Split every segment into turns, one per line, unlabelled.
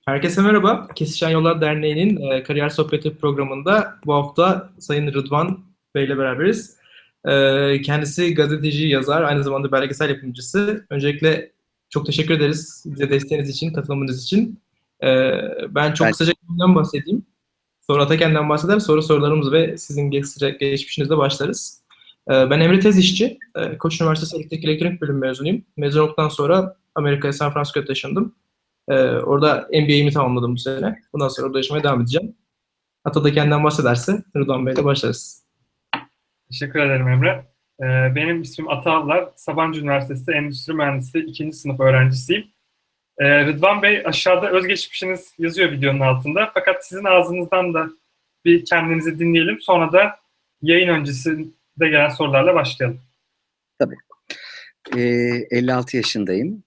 Herkese merhaba. Kesişen Yollar Derneği'nin Kariyer Sohbeti programında bu hafta Sayın Rıdvan Bey ile beraberiz. Kendisi gazeteci, yazar, aynı zamanda belgesel yapımcısı. Öncelikle çok teşekkür ederiz bize desteğiniz için, katılımınız için. Ben çok
Ben
kısaca kendimden bahsedeyim. Sonra Ataken'den bahseder, sonra sorularımız ve sizin sıcak geçmişinizle başlarız. Ben Emre Tezişçi, Koç Üniversitesi Elektrik Elektronik Bölümü mezunuyum. Mezun olduktan sonra Amerika'ya, San Francisco'ya taşındım. Orada MBA'imi tamamladım bu sene. Bundan sonra orada yaşamaya devam edeceğim. Ata da kendinden bahsederse Rıdvan Bey'le başlarız.
Teşekkür ederim Emre. Benim ismim Ata Avlar. Sabancı Üniversitesi Endüstri Mühendisliği 2. sınıf öğrencisiyim. Rıdvan Bey aşağıda özgeçmişiniz yazıyor videonun altında. Fakat sizin ağzınızdan da bir kendinizi dinleyelim. Sonra da yayın öncesinde gelen sorularla başlayalım.
tabii. 56 yaşındayım.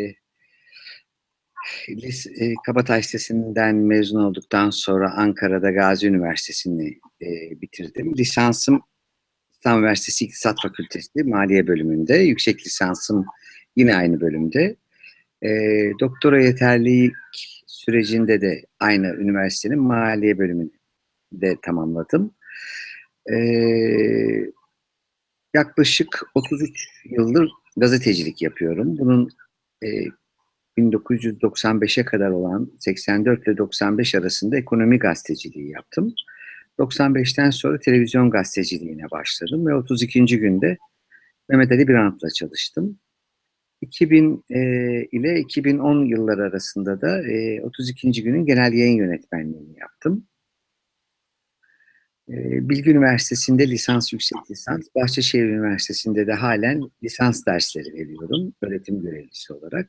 Kabataş Lisesi'nden mezun olduktan sonra Ankara'da Gazi Üniversitesi'ni bitirdim. Lisansım İstanbul Üniversitesi İktisat Fakültesi Maliye Bölümünde. Yüksek lisansım yine aynı bölümde. Doktora yeterlilik sürecinde de aynı üniversitenin Maliye Bölümünde tamamladım. Yaklaşık 33 yıldır gazetecilik yapıyorum. Bunun e, 1995'e kadar olan 84 ile 95 arasında ekonomi gazeteciliği yaptım. 95'ten sonra televizyon gazeteciliğine başladım ve 32. günde Mehmet Ali Birant'la çalıştım. 2000 ile 2010 yılları arasında da 32. günün genel yayın yönetmenliğini yaptım. Bilgi Üniversitesi'nde lisans, yüksek lisans, Bahçeşehir Üniversitesi'nde de halen lisans dersleri veriyorum öğretim görevlisi olarak.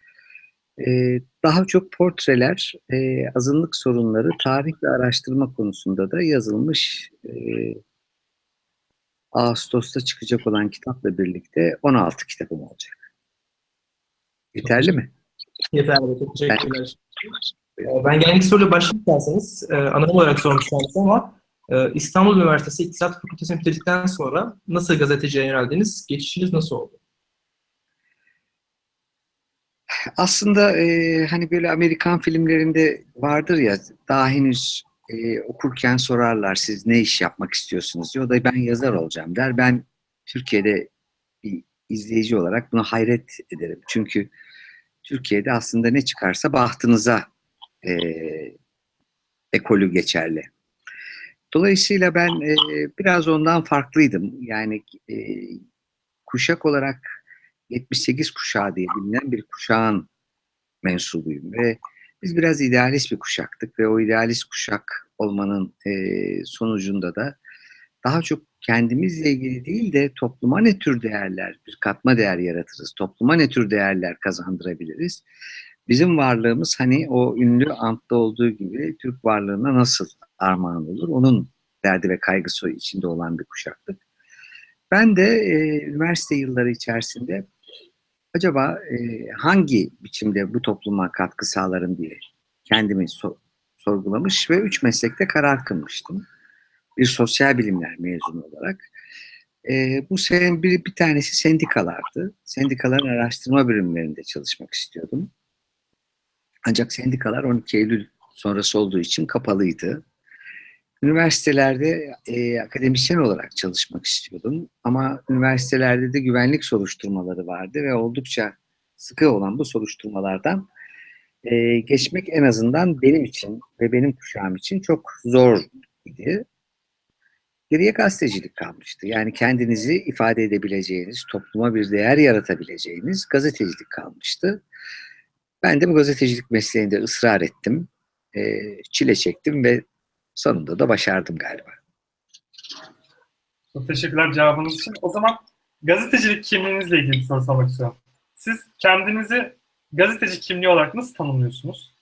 Daha çok portreler, azınlık sorunları, tarih ve araştırma konusunda da yazılmış Ağustos'ta çıkacak olan kitapla birlikte 16 kitabım olacak. Yeterli mi?
Yeterli, çok teşekkürler. Ben genellikle soruyla başlayayım isterseniz. Ana olarak sormuş kendisi ama İstanbul Üniversitesi İktisat Fakültesini bitirdikten sonra nasıl gazeteciye yöneldiniz? Geçişiniz nasıl oldu?
Aslında hani böyle Amerikan filmlerinde vardır ya, daha henüz okurken sorarlar siz ne iş yapmak istiyorsunuz diyor. O da ben yazar olacağım der. Ben Türkiye'de bir izleyici olarak buna hayret ederim. Çünkü Türkiye'de aslında ne çıkarsa bahtınıza e, ekolü geçerli. Dolayısıyla ben biraz ondan farklıydım. Yani kuşak olarak 78 kuşağı diye bilinen bir kuşağın mensubuyum ve biz biraz idealist bir kuşaktık ve o idealist kuşak olmanın sonucunda da daha çok kendimizle ilgili değil de topluma ne tür değerler, bir katma değer yaratırız, topluma ne tür değerler kazandırabiliriz. Bizim varlığımız hani o ünlü antta olduğu gibi Türk varlığına nasıl armağan olur, onun derdi ve kaygısı içinde olan bir kuşaktık. Ben de üniversite yılları içerisinde acaba hangi biçimde bu topluma katkı sağlarım diye kendimi sorgulamış ve 3 meslekte karar kılmıştım. Bir sosyal bilimler mezunu olarak. Bu sene bir tanesi sendikalardı. Sendikaların araştırma bölümlerinde çalışmak istiyordum. Ancak sendikalar 12 Eylül sonrası olduğu için kapalıydı. Üniversitelerde akademisyen olarak çalışmak istiyordum. Ama üniversitelerde de güvenlik soruşturmaları vardı ve oldukça sıkı olan bu soruşturmalardan geçmek en azından benim için ve benim kuşağım için çok zor idi. Geriye gazetecilik kalmıştı. Yani kendinizi ifade edebileceğiniz, topluma bir değer yaratabileceğiniz gazetecilik kalmıştı. Ben de bu gazetecilik mesleğinde ısrar ettim. Çile çektim ve sonunda da başardım galiba.
Çok teşekkürler cevabınız için. O zaman gazetecilik kimliğinizle ilgili bir soru sormak istiyorum. Siz kendinizi gazeteci kimliği olarak nasıl tanımlıyorsunuz?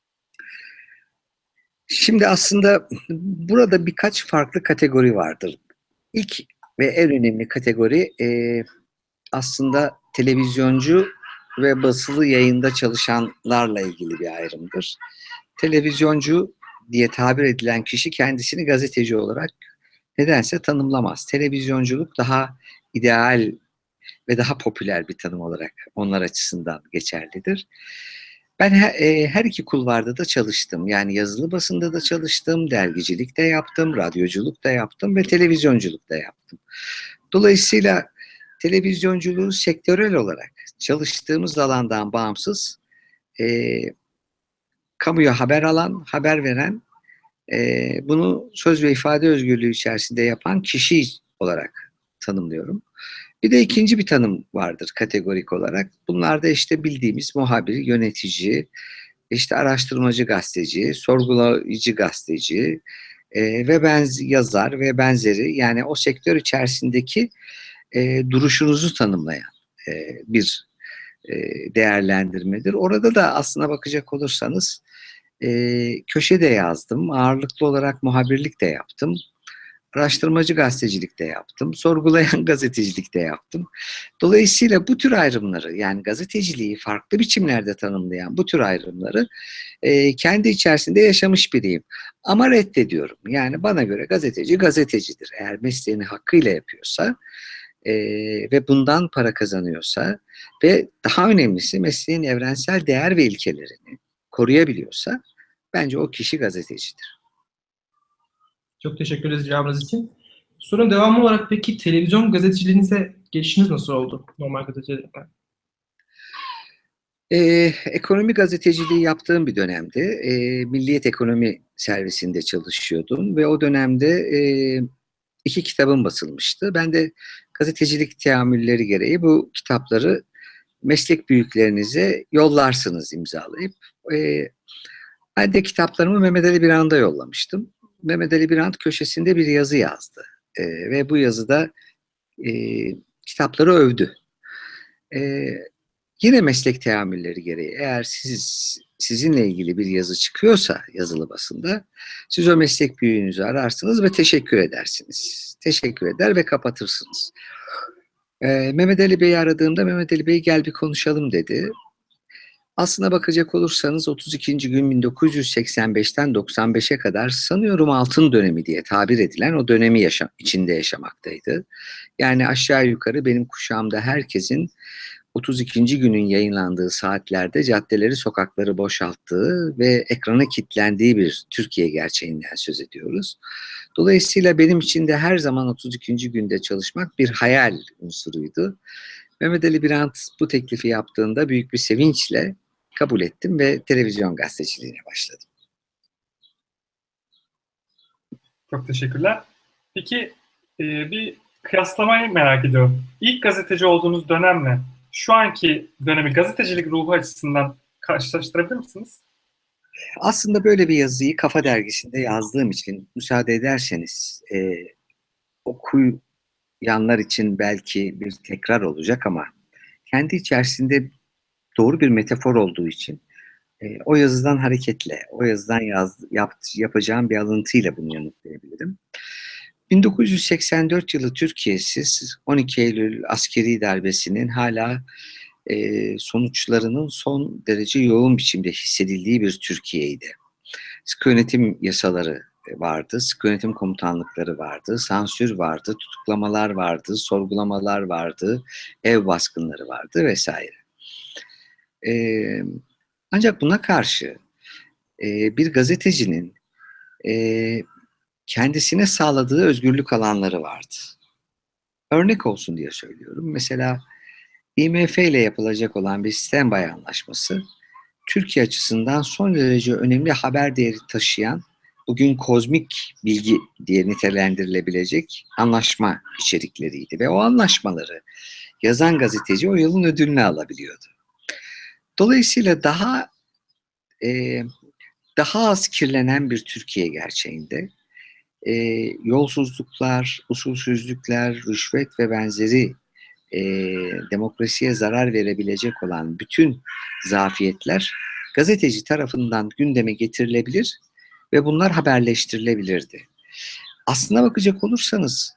Şimdi aslında burada birkaç farklı kategori vardır. İlk ve en önemli kategori aslında televizyoncu ve basılı yayında çalışanlarla ilgili bir ayrımdır. Televizyoncu diye tabir edilen kişi kendisini gazeteci olarak nedense tanımlamaz. Televizyonculuk daha ideal ve daha popüler bir tanım olarak onlar açısından geçerlidir. Ben her iki kulvarda da çalıştım. Yani yazılı basında da çalıştım, dergicilik de yaptım, radyoculuk da yaptım ve televizyonculuk da yaptım. Dolayısıyla televizyonculuğu sektörel olarak çalıştığımız alandan bağımsız e, kamuya haber alan, haber veren, bunu söz ve ifade özgürlüğü içerisinde yapan kişi olarak tanımlıyorum. Bir de ikinci bir tanım vardır kategorik olarak. Bunlar da işte bildiğimiz muhabir, yönetici, işte araştırmacı gazeteci, sorgulayıcı gazeteci ve yazar ve benzeri, yani o sektör içerisindeki duruşunuzu tanımlayan bir değerlendirmedir. Orada da aslına bakacak olursanız köşe de yazdım, ağırlıklı olarak muhabirlik de yaptım. Araştırmacı gazetecilik de yaptım, sorgulayan gazetecilik de yaptım. Dolayısıyla bu tür ayrımları, yani gazeteciliği farklı biçimlerde tanımlayan bu tür ayrımları kendi içerisinde yaşamış biriyim. Ama reddediyorum. Yani bana göre gazeteci gazetecidir. Eğer mesleğini hakkıyla yapıyorsa ve bundan para kazanıyorsa ve daha önemlisi mesleğin evrensel değer ve ilkelerini koruyabiliyorsa bence o kişi gazetecidir.
Çok teşekkür ederiz cevabınız için. Sorun devamı olarak peki televizyon gazeteciliğinize geçişiniz nasıl oldu normal gazetecilikten?
Ekonomi gazeteciliği yaptığım bir dönemde Milliyet Ekonomi Servisi'nde çalışıyordum ve o dönemde 2 kitabım basılmıştı. Ben de gazetecilik teamülleri gereği bu kitapları meslek büyüklerinize yollarsınız imzalayıp. Ben de kitaplarımı Mehmet Ali Birand'a yollamıştım. Mehmet Ali Birand köşesinde bir yazı yazdı. Ve bu yazıda e, kitapları övdü. Yine meslek teamülleri gereği eğer sizinle ilgili bir yazı çıkıyorsa yazılı basında, siz o meslek büyüğünüzü ararsınız ve teşekkür edersiniz. Teşekkür eder ve kapatırsınız. Mehmet Ali Bey'i aradığımda Mehmet Ali Bey gel bir konuşalım dedi. Aslına bakacak olursanız 32. gün 1985'ten 95'e kadar sanıyorum altın dönemi diye tabir edilen o dönemi içinde yaşamaktaydı. Yani aşağı yukarı benim kuşağımda herkesin 32. günün yayınlandığı saatlerde caddeleri, sokakları boşalttığı ve ekrana kilitlendiği bir Türkiye gerçeğinden söz ediyoruz. Dolayısıyla benim için de her zaman 32. günde çalışmak bir hayal unsuruydu. Mehmet Ali Birand bu teklifi yaptığında büyük bir sevinçle kabul ettim ve televizyon gazeteciliğine başladım.
Çok teşekkürler. Peki bir kıyaslamayı merak ediyorum. İlk gazeteci olduğunuz dönemle şu anki dönemi gazetecilik ruhu açısından karşılaştırabilir misiniz?
Aslında böyle bir yazıyı Kafa Dergisi'nde yazdığım için müsaade ederseniz okuyanlar için belki bir tekrar olacak ama kendi içerisinde doğru bir metafor olduğu için o yazıdan hareketle, o yazıdan yapacağım bir alıntıyla bunu yanıtlayabilirim. 1984 yılı Türkiye'si 12 Eylül askeri darbesinin hala sonuçlarının son derece yoğun biçimde hissedildiği bir Türkiye'ydi. Sıkı yönetim yasaları vardı, sıkı yönetim komutanlıkları vardı, sansür vardı, tutuklamalar vardı, sorgulamalar vardı, ev baskınları vardı vesaire. Ancak buna karşı bir gazetecinin kendisine sağladığı özgürlük alanları vardı. Örnek olsun diye söylüyorum. Mesela IMF ile yapılacak olan bir standby anlaşması, Türkiye açısından son derece önemli haber değeri taşıyan, bugün kozmik bilgi diye nitelendirilebilecek anlaşma içerikleriydi. Ve o anlaşmaları yazan gazeteci o yılın ödülünü alabiliyordu. Dolayısıyla daha az kirlenen bir Türkiye gerçeğinde yolsuzluklar, usulsüzlükler, rüşvet ve benzeri demokrasiye zarar verebilecek olan bütün zafiyetler gazeteci tarafından gündeme getirilebilir ve bunlar haberleştirilebilirdi. Aslına bakacak olursanız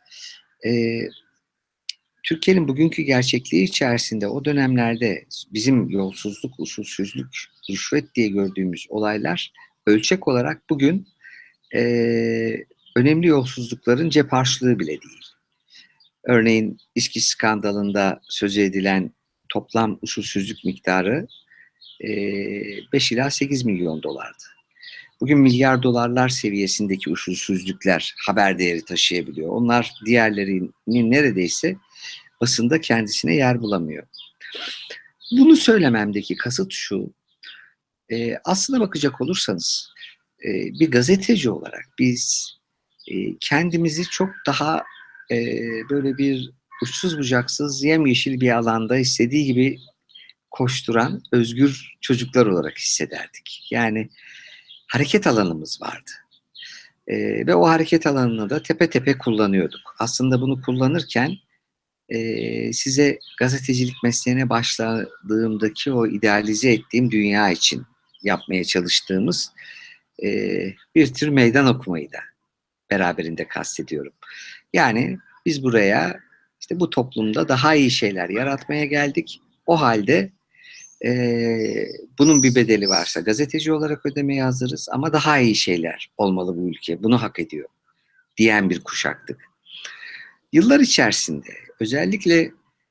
Türkiye'nin bugünkü gerçekliği içerisinde o dönemlerde bizim yolsuzluk, usulsüzlük, rüşvet diye gördüğümüz olaylar ölçek olarak bugün önemli yolsuzlukların cep harçlığı bile değil. Örneğin içki skandalında söz edilen toplam usulsüzlük miktarı 5 ila 8 milyon dolardı. Bugün milyar dolarlar seviyesindeki usulsüzlükler haber değeri taşıyabiliyor. Onlar diğerlerinin neredeyse basında kendisine yer bulamıyor. Bunu söylememdeki kasıt şu, aslına bakacak olursanız bir gazeteci olarak biz kendimizi çok daha böyle bir uçsuz bucaksız yemyeşil bir alanda istediği gibi koşturan özgür çocuklar olarak hissederdik. Yani hareket alanımız vardı. Ve o hareket alanını da tepe tepe kullanıyorduk. Aslında bunu kullanırken size gazetecilik mesleğine başladığımdaki o idealize ettiğim dünya için yapmaya çalıştığımız bir tür meydan okumayı da beraberinde kastediyorum. Yani biz buraya işte bu toplumda daha iyi şeyler yaratmaya geldik. O halde bunun bir bedeli varsa gazeteci olarak ödemeye hazırız ama daha iyi şeyler olmalı bu ülke. Bunu hak ediyor diyen bir kuşaktık. Yıllar içerisinde özellikle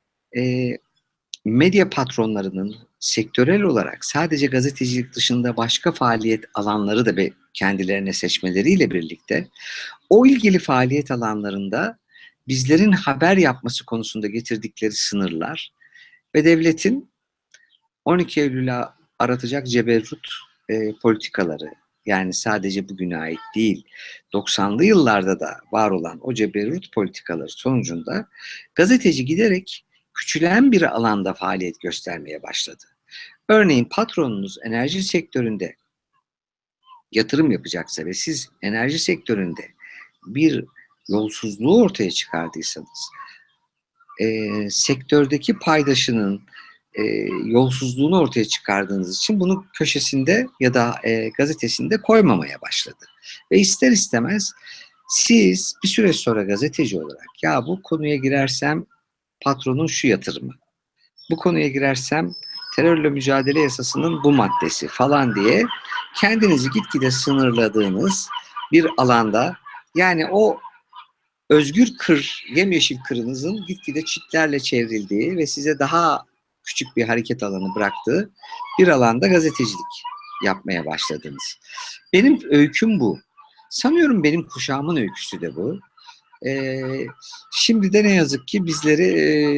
medya patronlarının sektörel olarak sadece gazetecilik dışında başka faaliyet alanları da kendilerine seçmeleriyle birlikte o ilgili faaliyet alanlarında bizlerin haber yapması konusunda getirdikleri sınırlar ve devletin 12 Eylül'e aratacak ceberrut politikaları, yani sadece bugüne ait değil, 90'lı yıllarda da var olan o ceberrut politikaları sonucunda gazeteci giderek küçülen bir alanda faaliyet göstermeye başladı. Örneğin patronunuz enerji sektöründe yatırım yapacaksa ve siz enerji sektöründe bir yolsuzluğu ortaya çıkardıysanız, sektördeki paydaşının yolsuzluğunu ortaya çıkardığınız için bunu köşesinde ya da gazetesinde koymamaya başladı. Ve ister istemez siz bir süre sonra gazeteci olarak ya bu konuya girersem patronun şu yatırımı, bu konuya girersem terörle mücadele yasasının bu maddesi falan diye kendinizi gitgide sınırladığınız bir alanda, yani o özgür kır, yemyeşil kırınızın gitgide çitlerle çevrildiği ve size daha küçük bir hareket alanı bıraktığı bir alanda gazetecilik yapmaya başladınız. Benim öyküm bu. Sanıyorum benim kuşağımın öyküsü de bu. Şimdi de ne yazık ki bizleri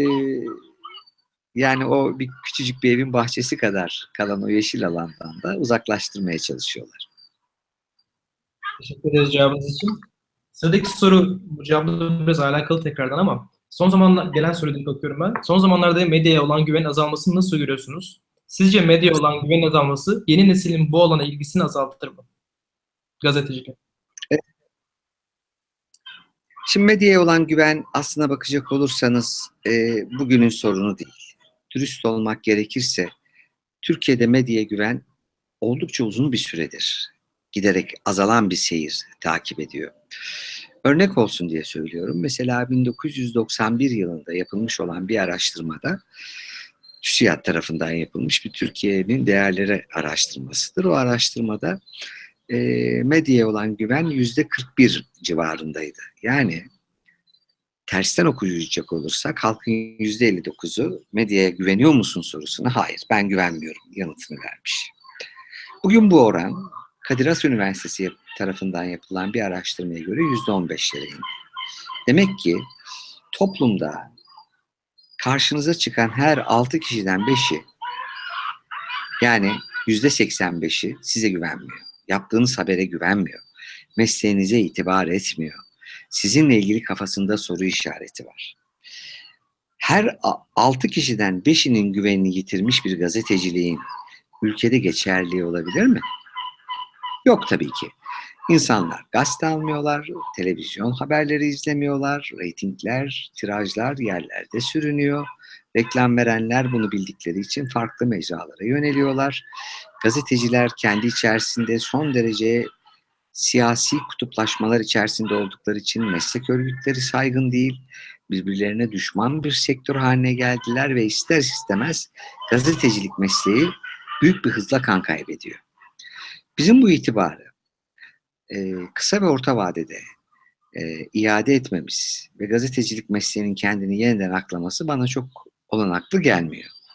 yani o bir küçücük bir evin bahçesi kadar kalan o yeşil alandan da uzaklaştırmaya çalışıyorlar.
Teşekkür ederiz cevabınız için. Sıradaki soru bu cevapla biraz alakalı tekrardan ama son zamanlar gelen soruya bakıyorum ben. Son zamanlarda medyaya olan güven azalmasını nasıl görüyorsunuz? Sizce medyaya olan güven azalması yeni neslin bu alana ilgisini azaltır mı? Gazetecilik.
Şimdi medyaya olan güven aslına bakacak olursanız bugünün sorunu değil. Dürüst olmak gerekirse Türkiye'de medyaya güven oldukça uzun bir süredir giderek azalan bir seyir takip ediyor. Örnek olsun diye söylüyorum. Mesela 1991 yılında yapılmış olan bir araştırmada, TÜSİAD tarafından yapılmış bir Türkiye'nin değerleri araştırmasıdır. O araştırmada medyaya olan güven %41 civarındaydı. Yani tersten okuyacak olursak halkın %59'u medyaya güveniyor musun sorusuna hayır ben güvenmiyorum yanıtını vermiş. Bugün bu oran Kadir Has Üniversitesi tarafından yapılan bir araştırmaya göre %15'lere indi. Demek ki toplumda karşınıza çıkan her 6 kişiden 5'i, yani %85'i size güvenmiyor. Yaptığınız habere güvenmiyor. Mesleğinize itibar etmiyor. Sizinle ilgili kafasında soru işareti var. Her 6 kişiden 5'inin güvenini yitirmiş bir gazeteciliğin ülkede geçerliği olabilir mi? Yok tabii ki. İnsanlar gazete almıyorlar, televizyon haberleri izlemiyorlar, reytingler, tirajlar yerlerde sürünüyor. Reklam verenler bunu bildikleri için farklı mecralara yöneliyorlar. Gazeteciler kendi içerisinde son derece siyasi kutuplaşmalar içerisinde oldukları için meslek örgütleri saygın değil, birbirlerine düşman bir sektör haline geldiler ve ister istemez gazetecilik mesleği büyük bir hızla kan kaybediyor. Bizim bu itibarı kısa ve orta vadede iade etmemiz ve gazetecilik mesleğinin kendini yeniden aklaması bana çok olanaklı gelmiyor.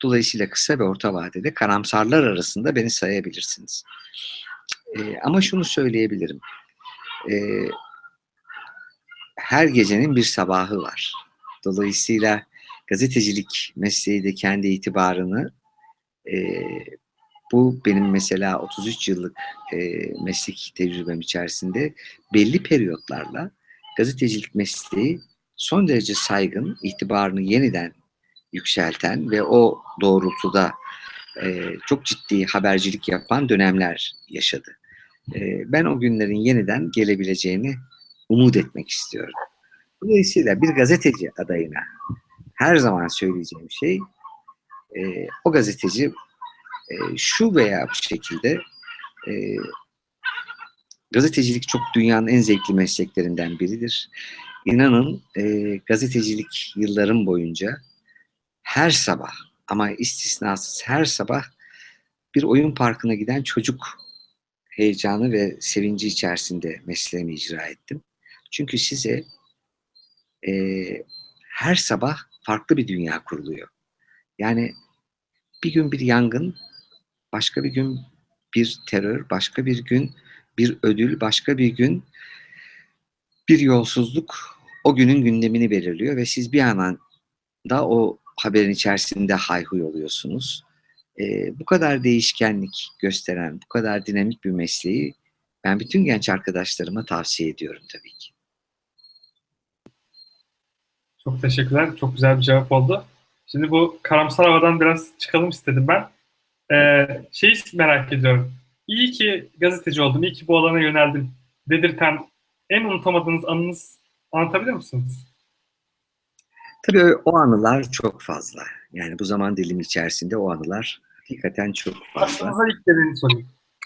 Dolayısıyla kısa ve orta vadede karamsarlar arasında beni sayabilirsiniz. Ama şunu söyleyebilirim. E, Her gecenin bir sabahı var. Dolayısıyla gazetecilik mesleği de kendi itibarını, e, bu benim mesela 33 yıllık meslek tecrübem içerisinde belli periyotlarla gazetecilik mesleği son derece saygın, itibarını yeniden yükselten ve o doğrultuda çok ciddi habercilik yapan dönemler yaşadı. Ben o günlerin yeniden gelebileceğini umut etmek istiyorum. Dolayısıyla bir gazeteci adayına her zaman söyleyeceğim şey, o gazeteci şu veya bu şekilde, e, gazetecilik çok dünyanın en zevkli mesleklerinden biridir. İnanın, gazetecilik yıllarım boyunca her sabah, ama istisnasız her sabah bir oyun parkına giden çocuk heyecanı ve sevinci içerisinde mesleğimi icra ettim. Çünkü size e, her sabah farklı bir dünya kuruluyor. Yani bir gün bir yangın, başka bir gün bir terör, başka bir gün bir ödül, başka bir gün bir yolsuzluk o günün gündemini belirliyor ve siz bir anda o haberin içerisinde hayhuy oluyorsunuz. Bu kadar değişkenlik gösteren, bu kadar dinamik bir mesleği ben bütün genç arkadaşlarıma tavsiye ediyorum tabii ki.
Çok teşekkürler. Çok güzel bir cevap oldu. Şimdi bu karamsar havadan biraz çıkalım istedim ben. Şeyi merak ediyorum. İyi ki gazeteci oldum, iyi ki bu alana yöneldim dedirten en unutamadığınız anınız anlatabilir misiniz?
Tabii o anılar çok fazla. Yani bu zaman dilimi içerisinde o anılar hakikaten çok fazla.
Aklınıza ilk geleni sorayım.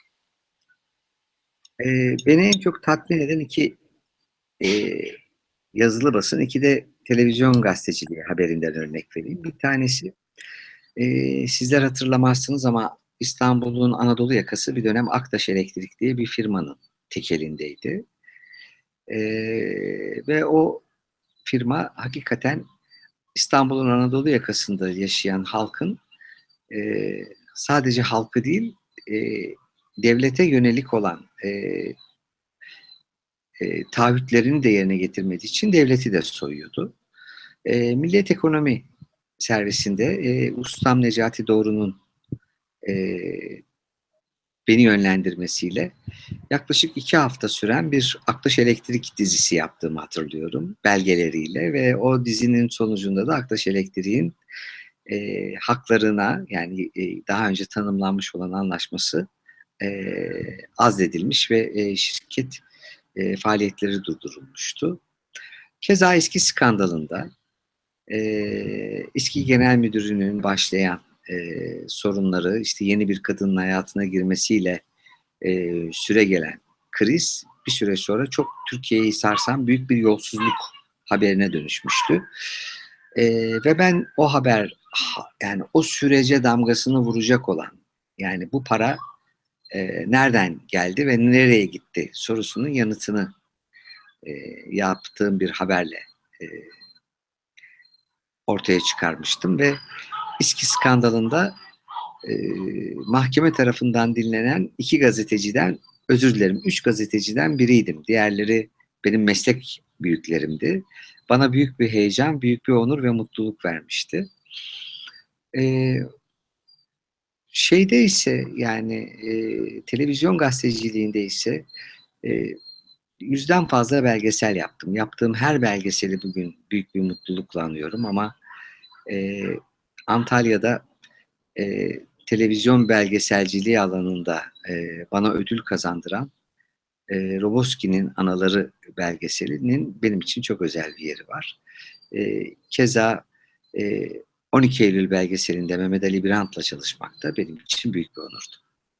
Beni en çok tatmin eden iki e, yazılı basın, iki de televizyon gazeteciliği haberinden örnek vereyim. Bir tanesi, sizler hatırlamazsınız ama İstanbul'un Anadolu yakası bir dönem Aktaş Elektrik diye bir firmanın tekelindeydi. E, Ve o firma hakikaten İstanbul'un Anadolu yakasında yaşayan halkın, e, sadece halkı değil, e, devlete yönelik olan taahhütlerini de yerine getirmediği için devleti de soyuyordu. Milliyet Ekonomi Servisi'nde Ustam Necati Doğru'nun e, beni yönlendirmesiyle yaklaşık 2 hafta süren bir Aktaş Elektrik dizisi yaptığımı hatırlıyorum belgeleriyle ve o dizinin sonucunda da Aktaş Elektrik'in haklarına, yani daha önce tanımlanmış olan anlaşması azledilmiş ve şirket faaliyetleri durdurulmuştu. Keza eski skandalında eski genel müdürünün başlayan sorunları, işte yeni bir kadının hayatına girmesiyle süre gelen kriz bir süre sonra çok Türkiye'yi sarsan büyük bir yolsuzluk haberine dönüşmüştü. Ve ben o haber, yani o sürece damgasını vuracak olan, yani bu para nereden geldi ve nereye gitti sorusunun yanıtını yaptığım bir haberle ortaya çıkarmıştım ve İSKİ skandalında mahkeme tarafından dinlenen 2 gazeteciden, özür dilerim 3 gazeteciden biriydim. Diğerleri benim meslek büyüklerimdi. Bana büyük bir heyecan, büyük bir onur ve mutluluk vermişti. Şeyde ise, yani televizyon gazeteciliğinde ise 100'den fazla belgesel yaptım. Yaptığım her belgeseli bugün büyük bir mutlulukla anıyorum ama Antalya'da televizyon belgeselciliği alanında bana ödül kazandıran Roboski'nin Anaları belgeselinin benim için çok özel bir yeri var. Keza 12 Eylül belgeselinde Mehmet Ali Birant'la çalışmak da benim için büyük bir onurdu.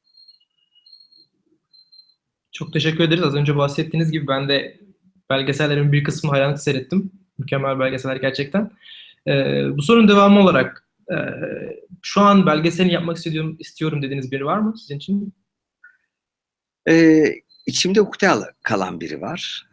Çok teşekkür ederiz. Az önce bahsettiğiniz gibi ben de belgesellerimin bir kısmını hayranlıkla seyrettim. Mükemmel belgeseller gerçekten. Bu sorunun devamı olarak şu an belgeselini yapmak istiyorum dediğiniz biri var mı sizin için?
İçimde ukde kalan biri var.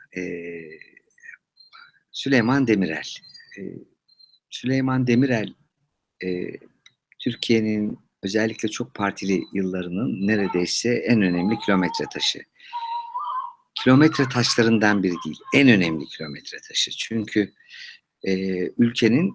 Süleyman Demirel. Süleyman Demirel Türkiye'nin özellikle çok partili yıllarının neredeyse en önemli kilometre taşı. Kilometre taşlarından biri değil, en önemli kilometre taşı. Çünkü ülkenin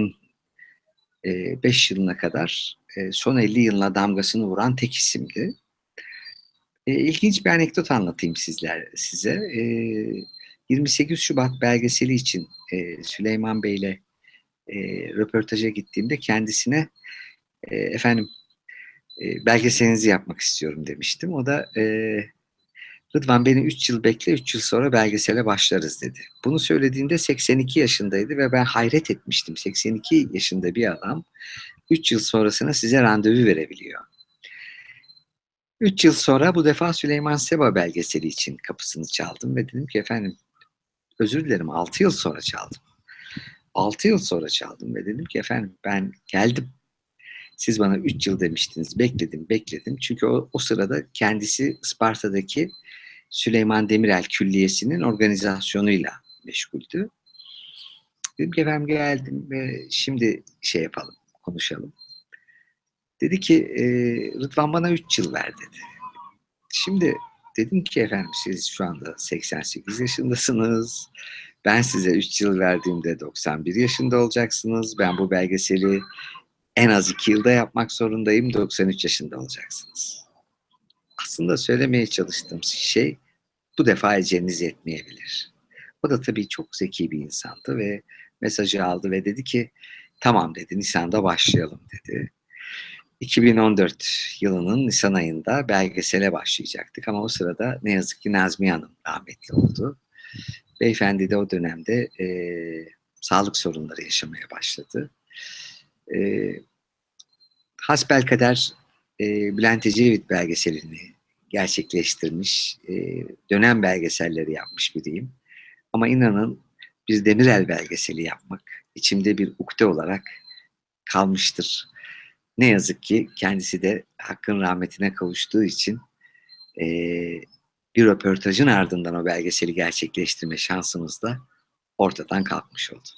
2005 yılına kadar son 50 yılına damgasını vuran tek isimdi. İlginç bir anekdot anlatayım size. 28 Şubat belgeseli için Süleyman Bey'le röportaja gittiğimde kendisine efendim belgeselinizi yapmak istiyorum demiştim. O da Rıdvan beni 3 yıl bekle, 3 yıl sonra belgesele başlarız dedi. Bunu söylediğinde 82 yaşındaydı ve ben hayret etmiştim. 82 yaşında bir adam 3 yıl sonrasına size randevu verebiliyor. 3 yıl sonra bu defa Süleyman Seba belgeseli için kapısını çaldım ve dedim ki efendim özür dilerim 6 yıl sonra çaldım. 6 yıl sonra çaldım ve dedim ki efendim ben geldim. Siz bana 3 yıl demiştiniz. Bekledim. Çünkü o sırada kendisi Isparta'daki Süleyman Demirel Külliyesi'nin organizasyonuyla meşguldü. Dedim ki efendim geldim ve şimdi yapalım, konuşalım. Dedi ki Rıdvan bana 3 yıl ver dedi. Şimdi dedim ki efendim siz şu anda 88 yaşındasınız. Ben size 3 yıl verdiğimde 91 yaşında olacaksınız. Ben bu belgeseli en az 2 yılda yapmak zorundayım. 93 yaşında olacaksınız. Aslında söylemeye çalıştığım şey bu defa eceliniz yetmeyebilir. O da tabii çok zeki bir insandı ve mesajı aldı ve dedi ki tamam dedi Nisan'da başlayalım dedi. 2014 yılının Nisan ayında belgesele başlayacaktık ama o sırada ne yazık ki Nazmiye Hanım rahmetli oldu. Beyefendi de o dönemde sağlık sorunları yaşamaya başladı. Hasbelkader Bülent Ecevit belgeselini gerçekleştirmiş, dönem belgeselleri yapmış biriyim. Ama inanın bir Demirel belgeseli yapmak içimde bir ukde olarak kalmıştır. Ne yazık ki kendisi de Hakk'ın rahmetine kavuştuğu için bir röportajın ardından o belgeseli gerçekleştirme şansımız da ortadan kalkmış oldu.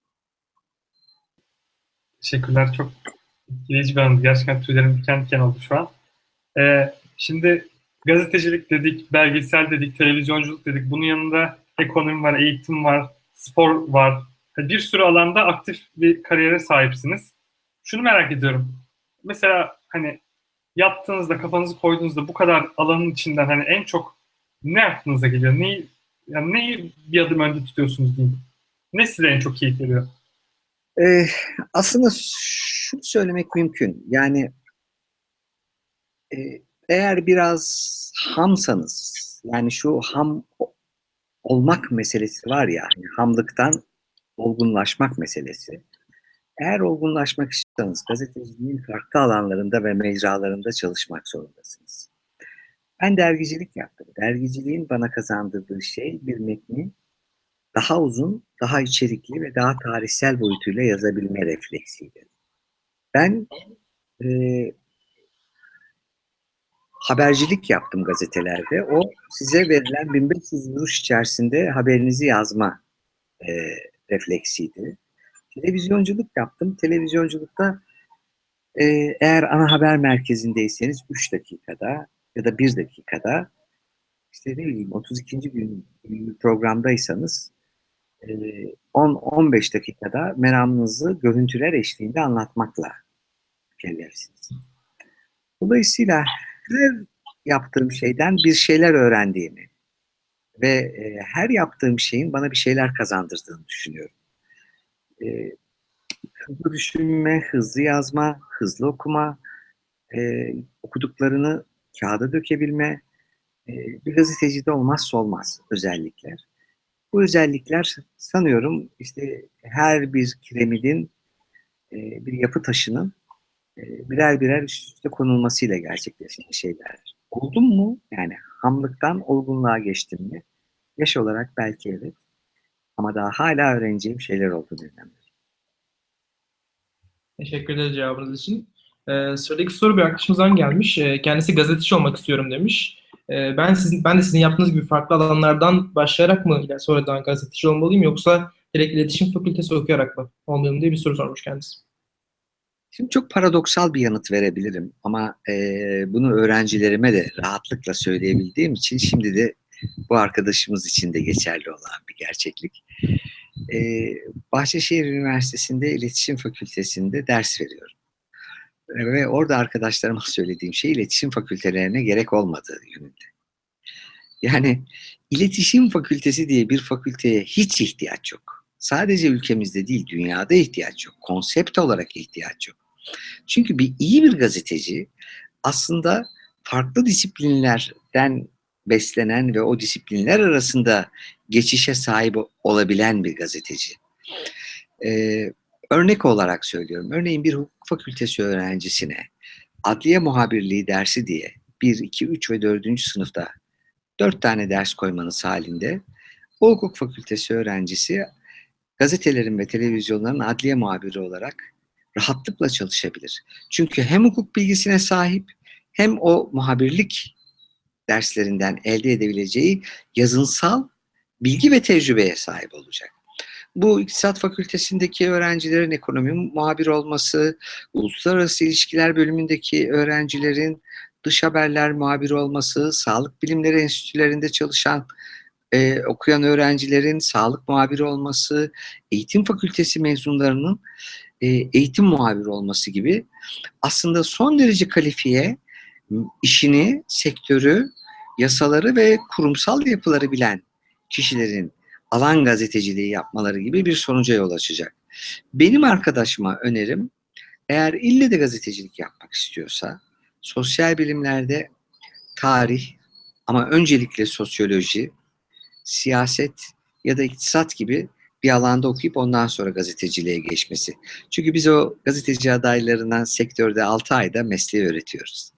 Teşekkürler. Çok etkileyici bir andı. Gerçekten tüylerim diken diken oldu şu an. Şimdi gazetecilik dedik, belgesel dedik, televizyonculuk dedik. Bunun yanında ekonomi var, eğitim var, spor var. Bir sürü alanda aktif bir kariyere sahipsiniz. Şunu merak ediyorum. Mesela hani yattığınızda, kafanızı koyduğunuzda bu kadar alanın içinden hani en çok ne aklınıza geliyor? Neyi bir adım önde tutuyorsunuz diyeyim? Ne size en çok keyif veriyor?
Aslında şunu söylemek mümkün. Yani eğer biraz hamsanız, yani şu ham olmak meselesi var ya, yani hamlıktan olgunlaşmak meselesi. Eğer olgunlaşmak istiyorsanız gazeteciliğin farklı alanlarında ve mecralarında çalışmak zorundasınız. Ben dergicilik yaptım. Dergiciliğin bana kazandırdığı şey bir metni daha uzun, daha içerikli ve daha tarihsel boyutuyla yazabilme refleksiydi. Ben habercilik yaptım gazetelerde. O size verilen 1500 vuruş içerisinde haberinizi yazma refleksiydi. Televizyonculuk yaptım. Televizyonculukta eğer ana haber merkezindeyseniz 3 dakikada ya da 1 dakikada işte ne bileyim 32. gün programdaysanız 10-15 dakikada meramınızı görüntüler eşliğinde anlatmakla mükellefsiniz. Dolayısıyla her yaptığım şeyden bir şeyler öğrendiğimi ve her yaptığım şeyin bana bir şeyler kazandırdığını düşünüyorum. Hızlı düşünme, hızlı yazma, hızlı okuma, okuduklarını kağıda dökebilme, bir gazetecide olmazsa olmaz özellikler. Bu özellikler sanıyorum işte her bir kiremidin, bir yapı taşının birer birer üst üste konulmasıyla gerçekleşen şeyler. Oldum mu? Yani hamlıktan olgunluğa geçtim mi? Yaş olarak belki evet. Ama daha hala öğreneceğim şeyler oldu dönemde.
Teşekkür ederiz cevabınız için. Sıradaki soru bir arkadaşımızdan gelmiş. Kendisi gazeteci olmak istiyorum demiş. Ben de sizin yaptığınız gibi farklı alanlardan başlayarak mı sonradan gazeteci olmalıyım yoksa direkt iletişim fakültesi okuyarak mı olmalıyım diye bir soru sormuş kendisi.
Şimdi çok paradoksal bir yanıt verebilirim ama bunu öğrencilerime de rahatlıkla söyleyebildiğim için şimdi de bu arkadaşımız için de geçerli olan bir gerçeklik. Bahçeşehir Üniversitesi'nde İletişim Fakültesi'nde ders veriyorum. Ve orada arkadaşlarıma söylediğim şey iletişim fakültelerine gerek olmadığı yönünde. Yani iletişim fakültesi diye bir fakülteye hiç ihtiyaç yok. Sadece ülkemizde değil, dünyada ihtiyaç yok. Konsept olarak ihtiyaç yok. Çünkü iyi bir gazeteci aslında farklı disiplinlerden beslenen ve o disiplinler arasında geçişe sahip olabilen bir gazeteci. Örnek olarak söylüyorum. Örneğin bir hukuk fakültesi öğrencisine adliye muhabirliği dersi diye 1, 2, 3 ve 4. sınıfta 4 tane ders koymanız halinde o hukuk fakültesi öğrencisi gazetelerin ve televizyonların adliye muhabiri olarak rahatlıkla çalışabilir. Çünkü hem hukuk bilgisine sahip hem o muhabirlik derslerinden elde edebileceği yazınsal bilgi ve tecrübeye sahip olacak. Bu İktisat Fakültesindeki öğrencilerin ekonomi muhabiri olması, uluslararası ilişkiler bölümündeki öğrencilerin dış haberler muhabiri olması, sağlık bilimleri enstitülerinde çalışan okuyan öğrencilerin sağlık muhabiri olması, eğitim fakültesi mezunlarının eğitim muhabiri olması gibi aslında son derece kalifiye işini, sektörü, yasaları ve kurumsal yapıları bilen kişilerin alan gazeteciliği yapmaları gibi bir sonuca yol açacak. Benim arkadaşıma önerim, eğer ille de gazetecilik yapmak istiyorsa, sosyal bilimlerde tarih ama öncelikle sosyoloji, siyaset ya da iktisat gibi bir alanda okuyup ondan sonra gazeteciliğe geçmesi. Çünkü biz o gazeteci adaylarından sektörde 6 ayda mesleği öğretiyoruz.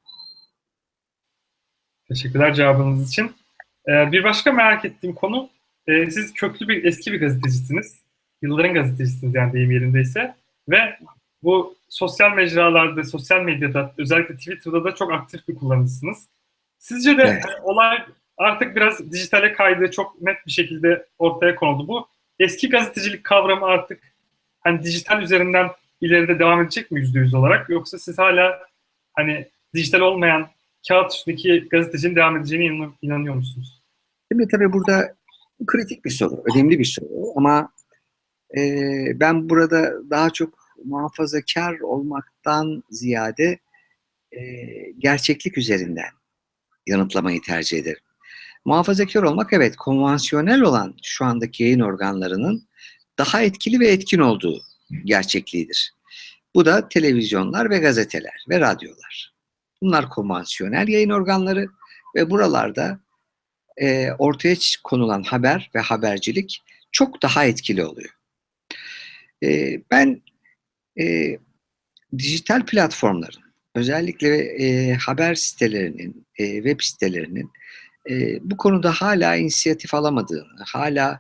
Teşekkürler cevabınız için. Bir başka merak ettiğim konu, siz eski bir gazetecisiniz. Yılların gazetecisiniz yani deyim yerindeyse. Ve bu sosyal mecralarda, sosyal medyada, özellikle Twitter'da da çok aktif bir kullanıcısınız. Sizce de
Evet.
olay artık biraz dijitale kaydı, çok net bir şekilde ortaya konuldu. Bu eski gazetecilik kavramı artık hani dijital üzerinden ileride devam edecek mi %100 olarak? Yoksa siz hala hani dijital olmayan kağıt üstündeki gazetecinin devam edeceğine inanıyor musunuz?
Şimdi tabii burada kritik bir soru, önemli bir soru ama ben burada daha çok muhafazakar olmaktan ziyade gerçeklik üzerinden yanıtlamayı tercih ederim. Muhafazakar olmak evet konvansiyonel olan şu andaki yayın organlarının daha etkili ve etkin olduğu gerçekliğidir. Bu da televizyonlar ve gazeteler ve radyolar. Bunlar konvansiyonel yayın organları ve buralarda ortaya konulan haber ve habercilik çok daha etkili oluyor. Ben dijital platformların, özellikle haber sitelerinin, web sitelerinin bu konuda hala inisiyatif alamadığını, hala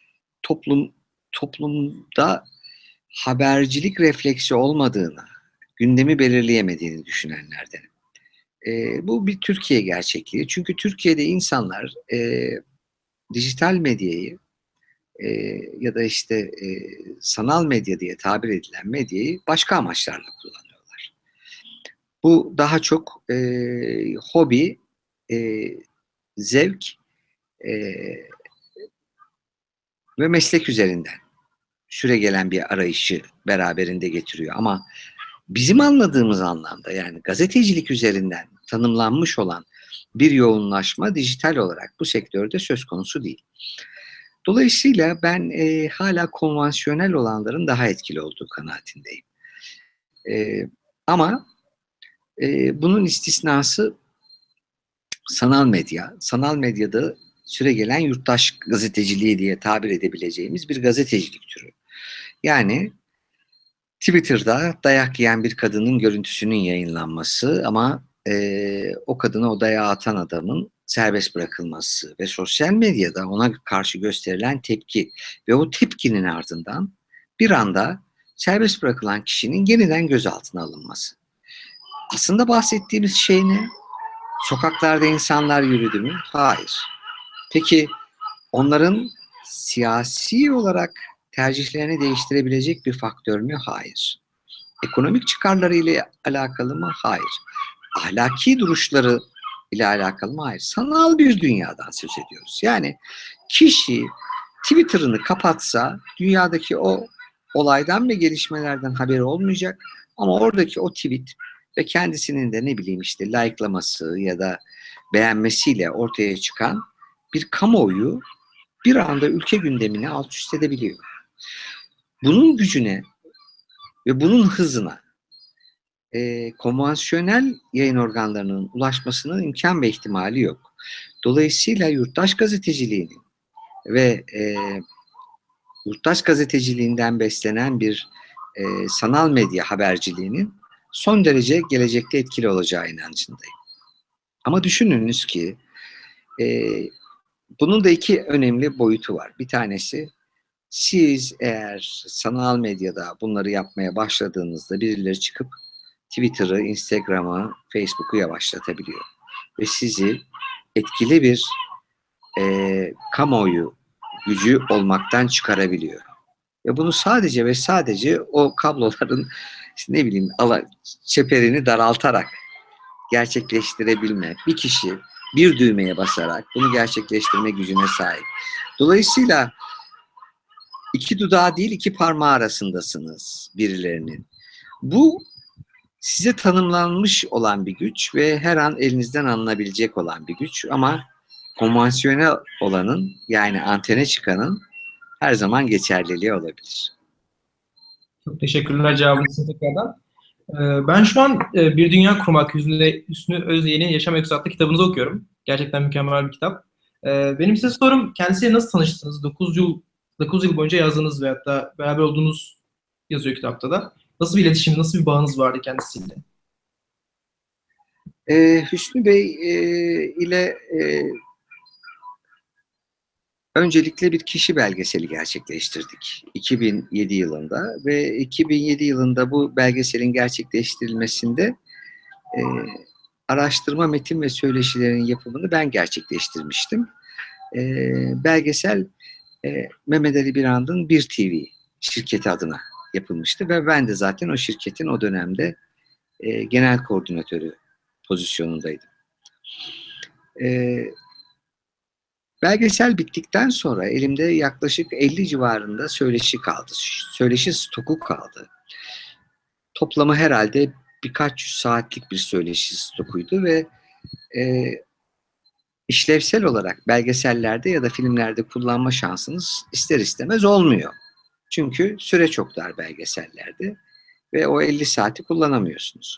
toplumda habercilik refleksi olmadığını, gündemi belirleyemediğini düşünenlerdenim. Bu bir Türkiye gerçekliği. Çünkü Türkiye'de insanlar dijital medyayı ya da işte sanal medya diye tabir edilen medyayı başka amaçlarla kullanıyorlar. Bu daha çok hobi, zevk ve meslek üzerinden süregelen bir arayışı beraberinde getiriyor. Ama bizim anladığımız anlamda yani gazetecilik üzerinden tanımlanmış olan bir yoğunlaşma dijital olarak bu sektörde söz konusu değil. Dolayısıyla ben hala konvansiyonel olanların daha etkili olduğu kanaatindeyim. Ama bunun istisnası sanal medya. Sanal medyada süregelen yurttaş gazeteciliği diye tabir edebileceğimiz bir gazetecilik türü. Yani Twitter'da dayak yiyen bir kadının görüntüsünün yayınlanması ama o kadına o dayağı atan adamın serbest bırakılması ve sosyal medyada ona karşı gösterilen tepki ve o tepkinin ardından bir anda serbest bırakılan kişinin yeniden gözaltına alınması. Aslında bahsettiğimiz şey ne? Sokaklarda insanlar yürüdü mü? Hayır. Peki onların siyasi olarak tercihlerini değiştirebilecek bir faktör mü? Hayır. ekonomik çıkarları ile alakalı mı? Hayır. Ahlaki duruşları ile alakalı mı? Hayır. Sanal bir dünyadan söz ediyoruz. Yani kişi Twitter'ını kapatsa dünyadaki o olaydan ve gelişmelerden haberi olmayacak. Ama oradaki o tweet ve kendisinin de ne bileyim işte like'laması ya da beğenmesiyle ortaya çıkan bir kamuoyu bir anda ülke gündemini alt üst edebiliyor. Bunun gücüne ve bunun hızına konvansiyonel yayın organlarının ulaşmasının imkan ve ihtimali yok. Dolayısıyla yurttaş gazeteciliğinin ve yurttaş gazeteciliğinden beslenen bir sanal medya haberciliğinin son derece gelecekte etkili olacağı inancındayım. Ama düşününüz ki bunun da iki önemli boyutu var. Bir tanesi, siz eğer sanal medyada bunları yapmaya başladığınızda birileri çıkıp Twitter'ı, Instagram'ı, Facebook'u yavaşlatabiliyor. Ve sizi etkili bir kamuoyu gücü olmaktan çıkarabiliyor. Ve bunu sadece ve sadece o kabloların işte ne bileyim çeperini daraltarak gerçekleştirebilme. Bir kişi bir düğmeye basarak bunu gerçekleştirme gücüne sahip. Dolayısıyla iki dudağı değil iki parmağı arasındasınız birilerinin. Bu size tanımlanmış olan bir güç ve her an elinizden alınabilecek olan bir güç ama konvansiyonel olanın yani antene çıkanın her zaman geçerliliği olabilir.
Çok teşekkürler cevabınız için tekrardan. Ben şu an Bir Dünya Kurmak Hüsnü Özyeğin'in Yaşam Öyküsü adlı kitabınızı okuyorum. Gerçekten mükemmel bir kitap. Benim size sorum, kendisiyle nasıl tanıştınız? 9 yıl boyunca yazdığınız ve hatta beraber olduğunuz yazıyor kitapta da. Nasıl bir iletişim, nasıl bir bağınız vardı kendisiyle?
Hüsnü Bey ile öncelikle bir kişi belgeseli gerçekleştirdik 2007 yılında ve 2007 yılında bu belgeselin gerçekleştirilmesinde araştırma, metin ve söyleşilerin yapımını ben gerçekleştirmiştim. Belgesel Mehmet Ali Birand'ın Bir TV şirketi adına yapılmıştı ve ben de zaten o şirketin o dönemde genel koordinatörü pozisyonundaydım. Belgesel bittikten sonra elimde yaklaşık 50 civarında söyleşi kaldı. Söyleşi stoku kaldı. Toplamı herhalde birkaç yüz saatlik bir söyleşi stokuydu ve işlevsel olarak belgesellerde ya da filmlerde kullanma şansınız ister istemez olmuyor. Çünkü süre çok dar belgesellerde ve o 50 saati kullanamıyorsunuz.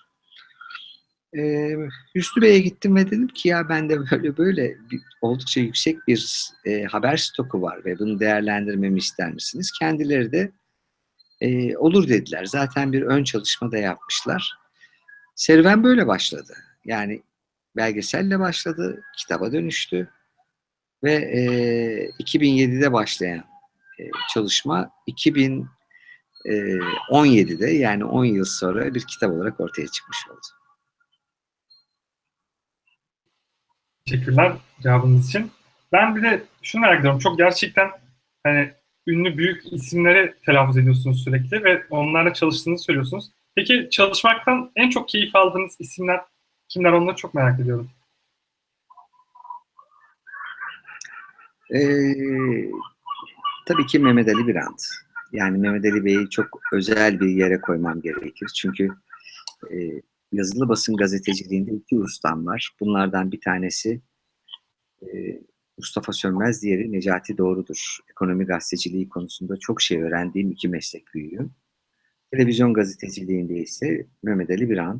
Hüsnü Bey'e gittim ve dedim ki ya bende böyle oldukça yüksek bir haber stoku var ve bunu değerlendirmemi ister misiniz? Kendileri de olur dediler. Zaten bir ön çalışma da yapmışlar. Serüven böyle başladı. Yani belgeselle başladı, kitaba dönüştü ve 2007'de başlayan çalışma 2017'de yani 10 yıl sonra bir kitap olarak ortaya çıkmış oldu.
Teşekkürler cevabınız için. Ben bir de şunu merak ediyorum. Çok gerçekten hani ünlü büyük isimleri telaffuz ediyorsunuz sürekli ve onlarla çalıştığınızı söylüyorsunuz. Peki çalışmaktan en çok keyif aldığınız isimler kimler, onları çok merak ediyorum.
Tabii ki Mehmet Ali Birand. Yani Mehmet Ali Bey'i çok özel bir yere koymam gerekir. Çünkü yazılı basın gazeteciliğinde iki ustam var. Bunlardan bir tanesi Mustafa Sönmez, diğeri Necati Doğru'dur. Ekonomi gazeteciliği konusunda çok şey öğrendiğim iki meslek büyüğü. Televizyon gazeteciliğinde ise Mehmet Ali Birand.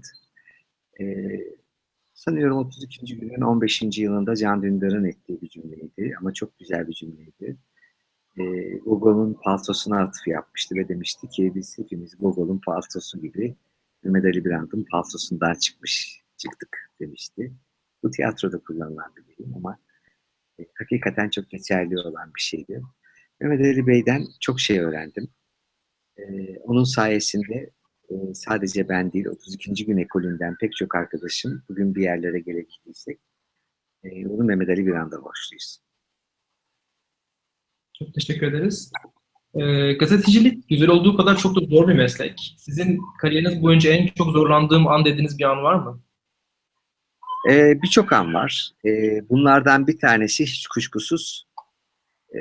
Sanıyorum 32. günün 15. yılında Can Dündar'ın ettiği bir cümleydi ama çok güzel bir cümleydi. Google'un paltosuna atıf yapmıştı ve demişti ki biz hepimiz Google'un paltosu gibi Mehmet Ali Birand'ın paltosundan çıktık demişti. Bu tiyatroda kullanılan bir deyim ama hakikaten çok geçerli olan bir şeydi. Mehmet Ali Bey'den çok şey öğrendim. Onun sayesinde sadece ben değil 32. gün ekolünden pek çok arkadaşım bugün bir yerlere gelebildiysek bunu Mehmet Ali Birand'a borçluyuz.
Çok teşekkür ederiz. Gazetecilik güzel olduğu kadar çok da zor bir meslek. Sizin kariyeriniz boyunca en çok zorlandığım an dediğiniz bir an var mı?
Birçok an var. Bunlardan bir tanesi hiç kuşkusuz e,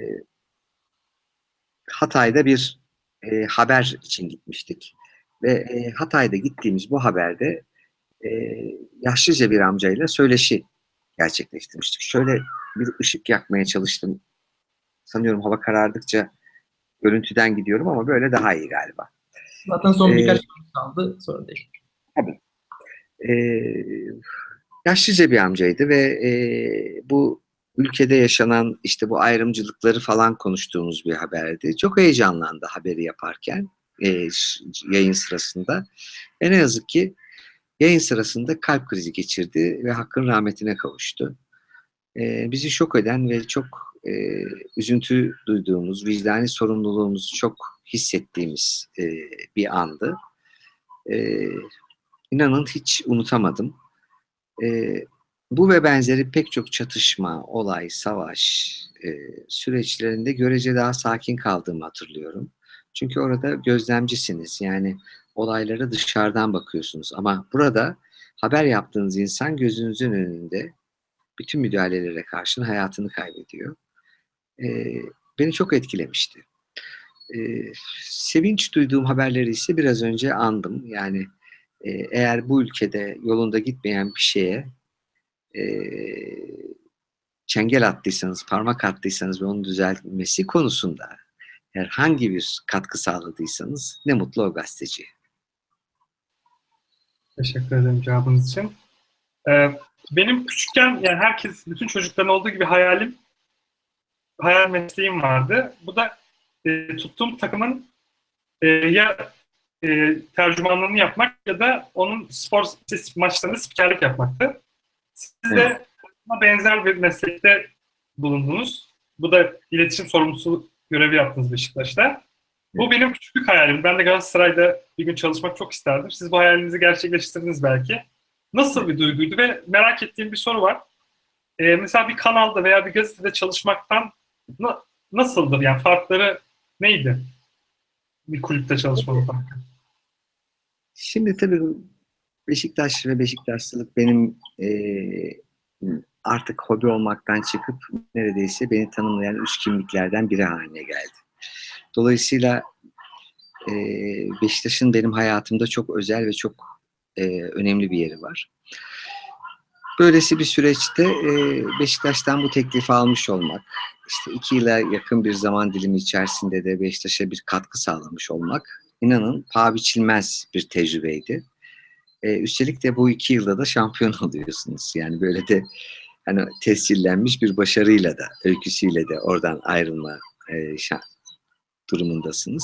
Hatay'da bir haber için gitmiştik. Ve Hatay'da gittiğimiz bu haberde e, yaşlıca bir amcayla söyleşi gerçekleştirmiştik. Şöyle bir ışık yakmaya çalıştım. Sanıyorum hava karardıkça görüntüden gidiyorum ama böyle daha iyi galiba.
Zaten son
E,
birkaç gün kaldı. Sorun değil.
tabii. E, Yaşlıca bir amcaydı ve bu ülkede yaşanan işte bu ayrımcılıkları falan konuştuğumuz bir haberdi. Çok heyecanlandı haberi yaparken yayın sırasında. Ve ne yazık ki yayın sırasında kalp krizi geçirdi ve Hakk'ın rahmetine kavuştu. Bizi şok eden ve çok üzüntü duyduğumuz, vicdani sorumluluğumuzu çok hissettiğimiz bir andı. E, inanın hiç unutamadım. Bu ve benzeri pek çok çatışma, olay, savaş süreçlerinde görece daha sakin kaldığımı hatırlıyorum. Çünkü orada gözlemcisiniz. Yani olaylara dışarıdan bakıyorsunuz. Ama burada haber yaptığınız insan gözünüzün önünde bütün müdahalelere karşın hayatını kaybediyor. Beni çok etkilemişti. Sevinç duyduğum haberleri ise biraz önce andım. Yani eğer bu ülkede yolunda gitmeyen bir şeye e, çengel attıysanız, parmak attıysanız ve onun düzeltilmesi konusunda herhangi bir katkı sağladıysanız ne mutlu o gazeteciye.
Teşekkür ederim cevabınız için. Benim küçükken yani herkes, bütün çocukların olduğu gibi hayal mesleğim vardı. Bu da tuttuğum takımın ya tercümanlığını yapmak ya da onun spor maçlarında spikerlik yapmaktı. Siz
Evet.
de buna benzer bir meslekte bulundunuz. Bu da iletişim sorumlusu görevi yaptınız Beşiktaş'ta. Bu benim küçüklük hayalim. Ben de Galatasaray'da bir gün çalışmak çok isterdim. Siz bu hayalinizi gerçekleştirdiniz belki. Nasıl bir duyguydu ve merak ettiğim bir soru var. Mesela bir kanalda veya bir gazetede çalışmaktan nasıldır? Yani farkları neydi? Bir kulüpte çalışmanın farkı.
Şimdi tabii Beşiktaş ve Beşiktaşlılık benim artık hobi olmaktan çıkıp neredeyse beni tanımlayan üç kimliklerden biri haline geldi. Dolayısıyla Beşiktaş'ın benim hayatımda çok özel ve çok önemli bir yeri var. Böylesi bir süreçte Beşiktaş'tan bu teklifi almış olmak, işte 2 yıla yakın bir zaman dilimi içerisinde de Beşiktaş'a bir katkı sağlamış olmak, inanın paha biçilmez bir tecrübeydi. Üstelik de bu 2 yılda da şampiyon oluyorsunuz. Yani böyle de hani tescillenmiş bir başarıyla da, öyküsüyle de oradan ayrılma durumundasınız.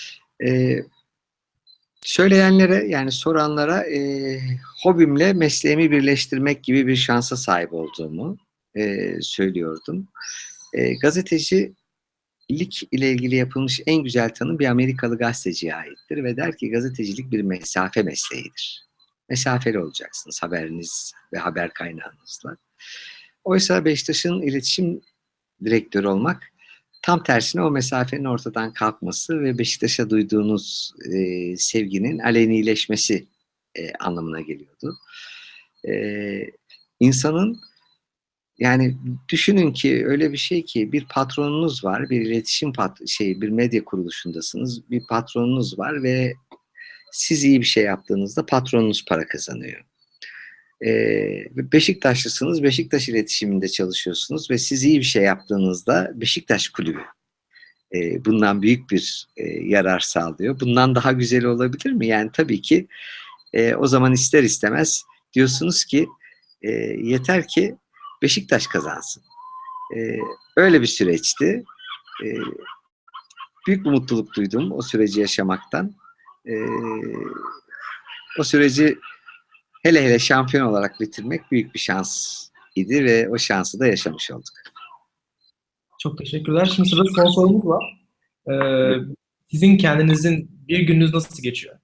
Söyleyenlere yani soranlara hobimle mesleğimi birleştirmek gibi bir şansa sahip olduğumu söylüyordum. Gazetecilik ile ilgili yapılmış en güzel tanım bir Amerikalı gazeteciye aittir ve der ki gazetecilik bir mesafe mesleğidir. Mesafeli olacaksınız haberiniz ve haber kaynağınızla. Oysa Beşiktaş'ın iletişim direktörü olmak tam tersine o mesafenin ortadan kalkması ve Beşiktaş'a duyduğunuz sevginin alenileşmesi anlamına geliyordu. İnsanın yani düşünün ki öyle bir şey ki bir patronunuz var, bir iletişim bir medya kuruluşundasınız, bir patronunuz var ve siz iyi bir şey yaptığınızda patronunuz para kazanıyor. Beşiktaşlısınız, Beşiktaş iletişiminde çalışıyorsunuz ve siz iyi bir şey yaptığınızda Beşiktaş kulübü bundan büyük bir yarar sağlıyor. Bundan daha güzel olabilir mi? Yani tabii ki o zaman ister istemez diyorsunuz ki yeter ki Beşiktaş kazansın. Öyle bir süreçti. Büyük bir mutluluk duydum o süreci yaşamaktan. O süreci hele hele şampiyon olarak bitirmek büyük bir şans idi ve o şansı da yaşamış olduk.
Çok teşekkürler. Şimdi sırada son sorumuz var. Sizin kendinizin bir gününüz nasıl geçiyor?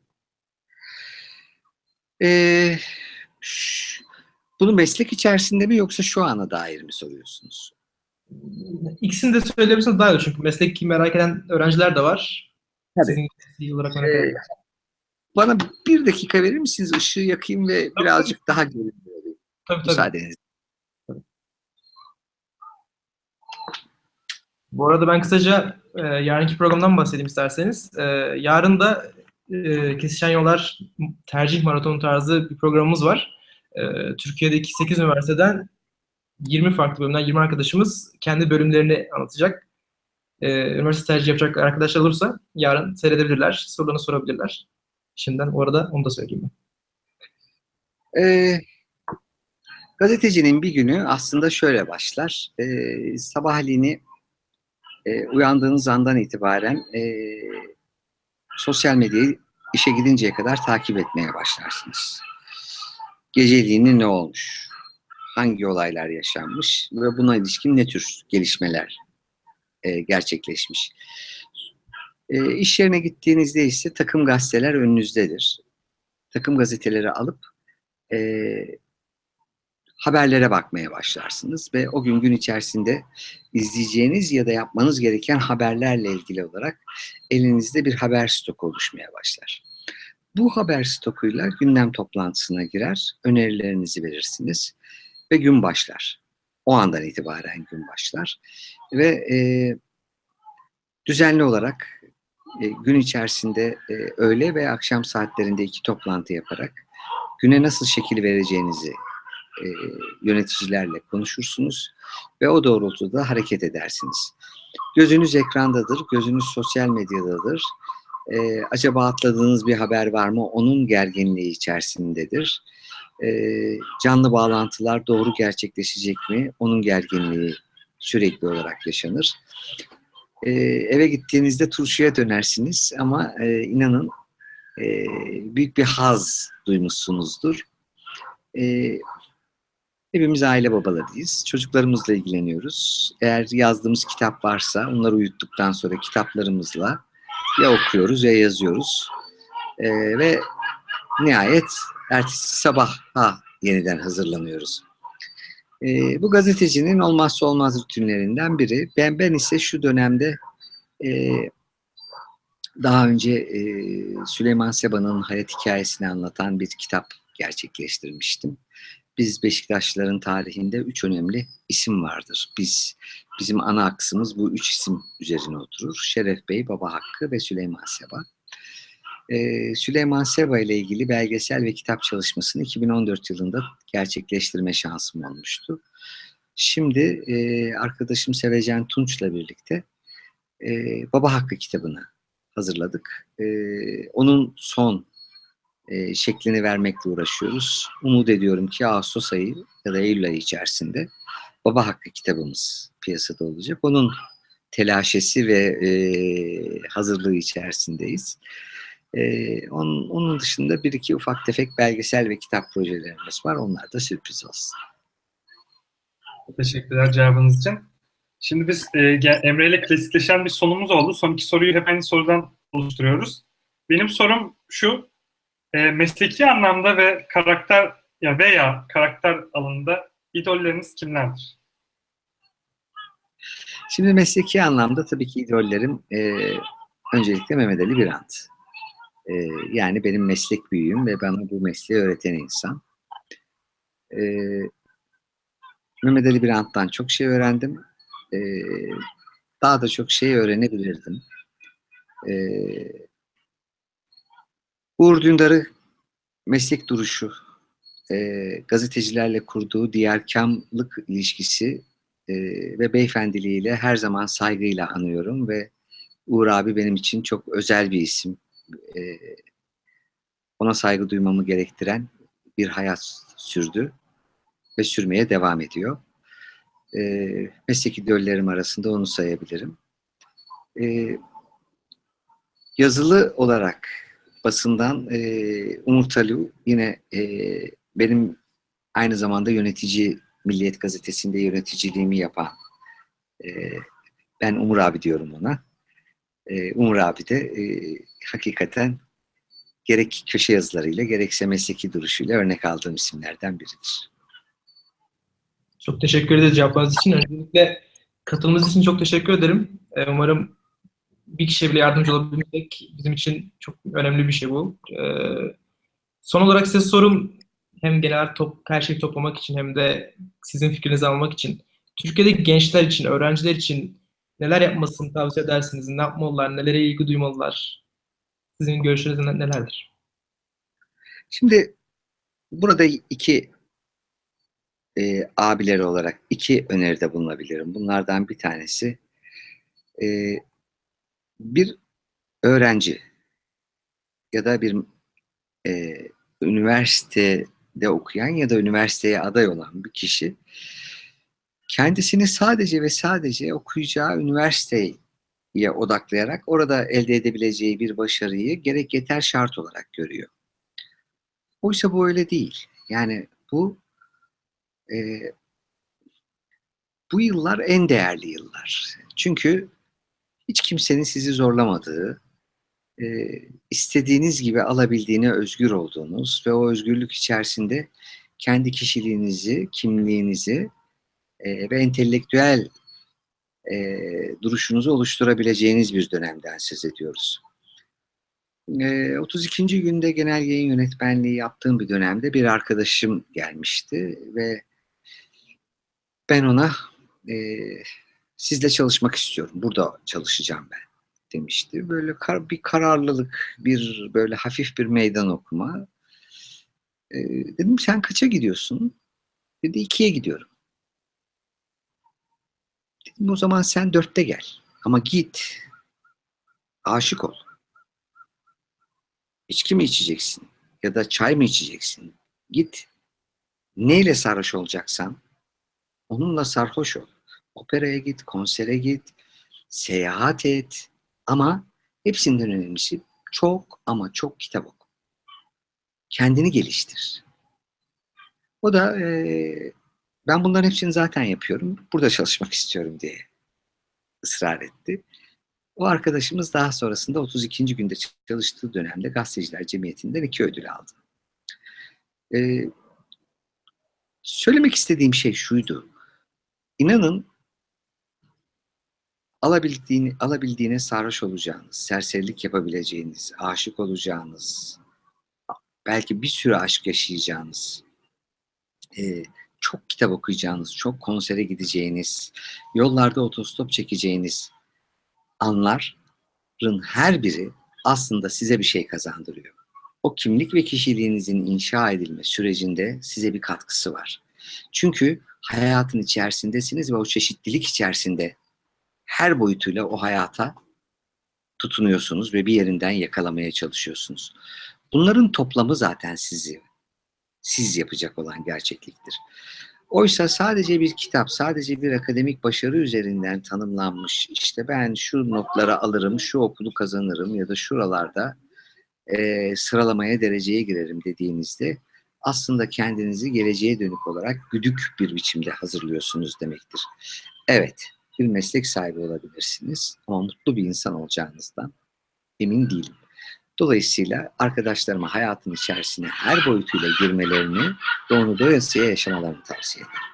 Ee, Bunu meslek içerisinde mi yoksa şu ana dair mi soruyorsunuz?
İkisini de söyleyebilirsiniz daha iyi olur. Çünkü mesleki merak eden öğrenciler de var.
Tabii.
Sizin mesleği olarak merak
Ee,
eden.
Bana bir dakika verir misiniz? Işığı yakayım ve
Tabii,
birazcık daha görünüyor olayım.
tabii.
Müsaadenizle.
Bu arada ben kısaca yarınki programdan bahsedeyim isterseniz. Yarın da Kesişen Yollar tercih maratonu tarzı bir programımız var. Türkiye'deki 8 üniversiteden 20 farklı bölümden 20 arkadaşımız kendi bölümlerini anlatacak. Üniversite tercih yapacak arkadaşlar olursa yarın seyredebilirler, sorularını sorabilirler. Şimdiden bu arada onu da söyleyeyim ben.
Gazetecinin bir günü aslında şöyle başlar. Sabahleyin uyandığınız andan itibaren sosyal medyayı işe gidinceye kadar takip etmeye başlarsınız. Geceliğini ne olmuş? Hangi olaylar yaşanmış? Ve buna ilişkin ne tür gelişmeler gerçekleşmiş? İş yerine gittiğinizde ise takım gazeteler önünüzdedir. Takım gazeteleri alıp haberlere bakmaya başlarsınız ve o gün içerisinde izleyeceğiniz ya da yapmanız gereken haberlerle ilgili olarak elinizde bir haber stoku oluşmaya başlar. Bu haber stokuyla gündem toplantısına girer, önerilerinizi verirsiniz ve gün başlar. O andan itibaren gün başlar ve düzenli olarak gün içerisinde öğle ve akşam saatlerinde 2 toplantı yaparak güne nasıl şekil vereceğinizi yöneticilerle konuşursunuz ve o doğrultuda hareket edersiniz. Gözünüz ekrandadır, gözünüz sosyal medyadadır. Acaba atladığınız bir haber var mı? Onun gerginliği içerisindedir. Canlı bağlantılar doğru gerçekleşecek mi? Onun gerginliği sürekli olarak yaşanır. Eve gittiğinizde turşuya dönersiniz ama inanın büyük bir haz duymuşsunuzdur. Hepimiz aile babalarıyız. Çocuklarımızla ilgileniyoruz. Eğer yazdığımız kitap varsa onları uyuttuktan sonra kitaplarımızla ya okuyoruz ya yazıyoruz. Ve nihayet ertesi sabah yeniden hazırlanıyoruz. Bu gazetecinin olmazsa olmaz rutinlerinden biri. Ben ise şu dönemde daha önce Süleyman Seba'nın hayat hikayesini anlatan bir kitap gerçekleştirmiştim. Biz Beşiktaşlıların tarihinde 3 önemli isim vardır. Bizim ana aksımız bu 3 isim üzerine oturur. Şeref Bey, Baba Hakkı ve Süleyman Seba. Süleyman Seba ile ilgili belgesel ve kitap çalışmasını 2014 yılında gerçekleştirme şansım olmuştu. Şimdi arkadaşım Sevecen Tunç'la birlikte Baba Hakkı kitabını hazırladık. Onun son şeklini vermekle uğraşıyoruz. Umut ediyorum ki Ağustos ayı ya da Eylül ayı içerisinde Baba Hakkı kitabımız piyasada olacak. Onun telaşesi ve hazırlığı içerisindeyiz. Onun dışında bir iki ufak tefek belgesel ve kitap projelerimiz var. Onlar da sürpriz olsun.
Teşekkürler cevabınız için. Şimdi biz Emre ile klasikleşen bir sonumuz oldu. Son 2 soruyu hep aynı sorudan oluşturuyoruz. Benim sorum şu: mesleki anlamda ve veya karakter alanında idolleriniz kimlerdir?
Şimdi mesleki anlamda tabii ki idollerim öncelikle Mehmet Ali Birant. Yani benim meslek büyüğüm ve bana bu mesleği öğreten insan. Mehmet Ali Birant'tan çok şey öğrendim. Daha da çok şey öğrenebilirdim. Uğur Dündar'ı meslek duruşu, gazetecilerle kurduğu diyarkamlık ilişkisi ve beyefendiliğiyle her zaman saygıyla anıyorum ve Uğur abi benim için çok özel bir isim. Ona saygı duymamı gerektiren bir hayat sürdü ve sürmeye devam ediyor. Meslek idollerim arasında onu sayabilirim. Yazılı olarak basından Umur Talু yine benim aynı zamanda yönetici, Milliyet Gazetesi'nde yöneticiliğimi yapan, ben Umur abi diyorum ona. Umur abi de hakikaten gerek köşe yazılarıyla gerekse mesleki duruşuyla örnek aldığım isimlerden biridir.
Çok teşekkür ederiz cevaplarınız için. Öncelikle Katılımınız için çok teşekkür ederim. Umarım bir kişiye bile yardımcı olabilmek bizim için çok önemli bir şey bu. Son olarak size sorum, hem genel her şeyi toplamak için hem de sizin fikrinizi almak için. Türkiye'deki gençler için, öğrenciler için neler yapmasını tavsiye edersiniz? Ne yapmalılar, nelere ilgi duymalılar? Sizin görüşleriniz nelerdir?
Şimdi burada iki abileri olarak iki öneride bulunabilirim. Bunlardan bir tanesi bir öğrenci ya da bir üniversitede okuyan ya da üniversiteye aday olan bir kişi kendisini sadece ve sadece okuyacağı üniversiteye odaklayarak orada elde edebileceği bir başarıyı gerek yeter şart olarak görüyor. Oysa bu öyle değil. Yani bu yıllar en değerli yıllar. Çünkü hiç kimsenin sizi zorlamadığı, istediğiniz gibi alabildiğine özgür olduğunuz ve o özgürlük içerisinde kendi kişiliğinizi, kimliğinizi ve entelektüel duruşunuzu oluşturabileceğiniz bir dönemden söz ediyoruz. 32. günde genel yayın yönetmenliği yaptığım bir dönemde bir arkadaşım gelmişti ve ben ona sizle çalışmak istiyorum, burada çalışacağım ben demişti. Böyle bir kararlılık, bir böyle hafif bir meydan okuma. Dedim sen kaça gidiyorsun? Dedi 2'ye gidiyorum. Dedim o zaman sen 4'te gel. Ama git. Aşık ol. İçki mi içeceksin? Ya da çay mı içeceksin? Git. Neyle sarhoş olacaksan onunla sarhoş ol. Operaya git, konsere git, seyahat et. Ama hepsinden önemlisi çok ama çok kitap oku. Kendini geliştir. O da ben bunların hepsini zaten yapıyorum. Burada çalışmak istiyorum diye ısrar etti. O arkadaşımız daha sonrasında 32. günde çalıştığı dönemde Gazeteciler Cemiyeti'nden 2 ödül aldı. Söylemek istediğim şey şuydu. İnanın alabildiğine sarhoş olacağınız, serserilik yapabileceğiniz, aşık olacağınız, belki bir sürü aşk yaşayacağınız, çok kitap okuyacağınız, çok konsere gideceğiniz, yollarda otostop çekeceğiniz anların her biri aslında size bir şey kazandırıyor. O kimlik ve kişiliğinizin inşa edilme sürecinde size bir katkısı var. Çünkü hayatın içerisindesiniz ve o çeşitlilik içerisinde her boyutuyla o hayata tutunuyorsunuz ve bir yerinden yakalamaya çalışıyorsunuz. Bunların toplamı zaten siz yapacak olan gerçekliktir. Oysa sadece bir kitap, sadece bir akademik başarı üzerinden tanımlanmış, işte ben şu notları alırım, şu okulu kazanırım ya da şuralarda sıralamaya, dereceye girerim dediğinizde aslında kendinizi geleceğe dönük olarak güdük bir biçimde hazırlıyorsunuz demektir. Evet, bir meslek sahibi olabilirsiniz ama mutlu bir insan olacağınızdan emin değilim. Dolayısıyla arkadaşlarıma hayatın içerisine her boyutuyla girmelerini ve onu doyasıya yaşamalarını tavsiye ederim.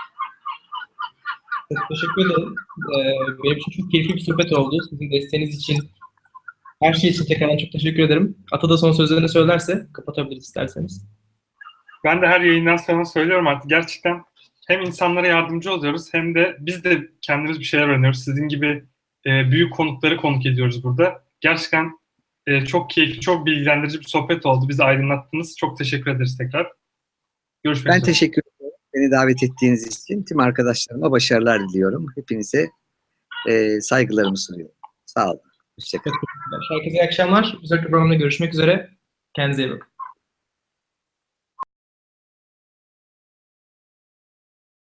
Çok teşekkür ederim. Benim için çok keyifli bir sohbet oldu. Sizin desteğiniz için, her şey için tekrardan çok teşekkür ederim. Ata da son sözlerini söylerse kapatabiliriz isterseniz.
Ben de her yayından sonra söylüyorum artık. Gerçekten hem insanlara yardımcı oluyoruz hem de biz de kendimiz bir şeyler öğreniyoruz. Sizin gibi büyük konukları konuk ediyoruz burada. Gerçekten çok keyifli, çok bilgilendirici bir sohbet oldu. Bizi aydınlattınız. Çok teşekkür ederiz tekrar. Görüşmek üzere.
Ben teşekkür ederim. Beni davet ettiğiniz için tüm arkadaşlarıma başarılar diliyorum. Hepinize saygılarımı sunuyorum. Sağ olun. Hoşçakalın.
Herkese iyi akşamlar. Bir sonraki programda görüşmek üzere. Kendinize iyi bakın.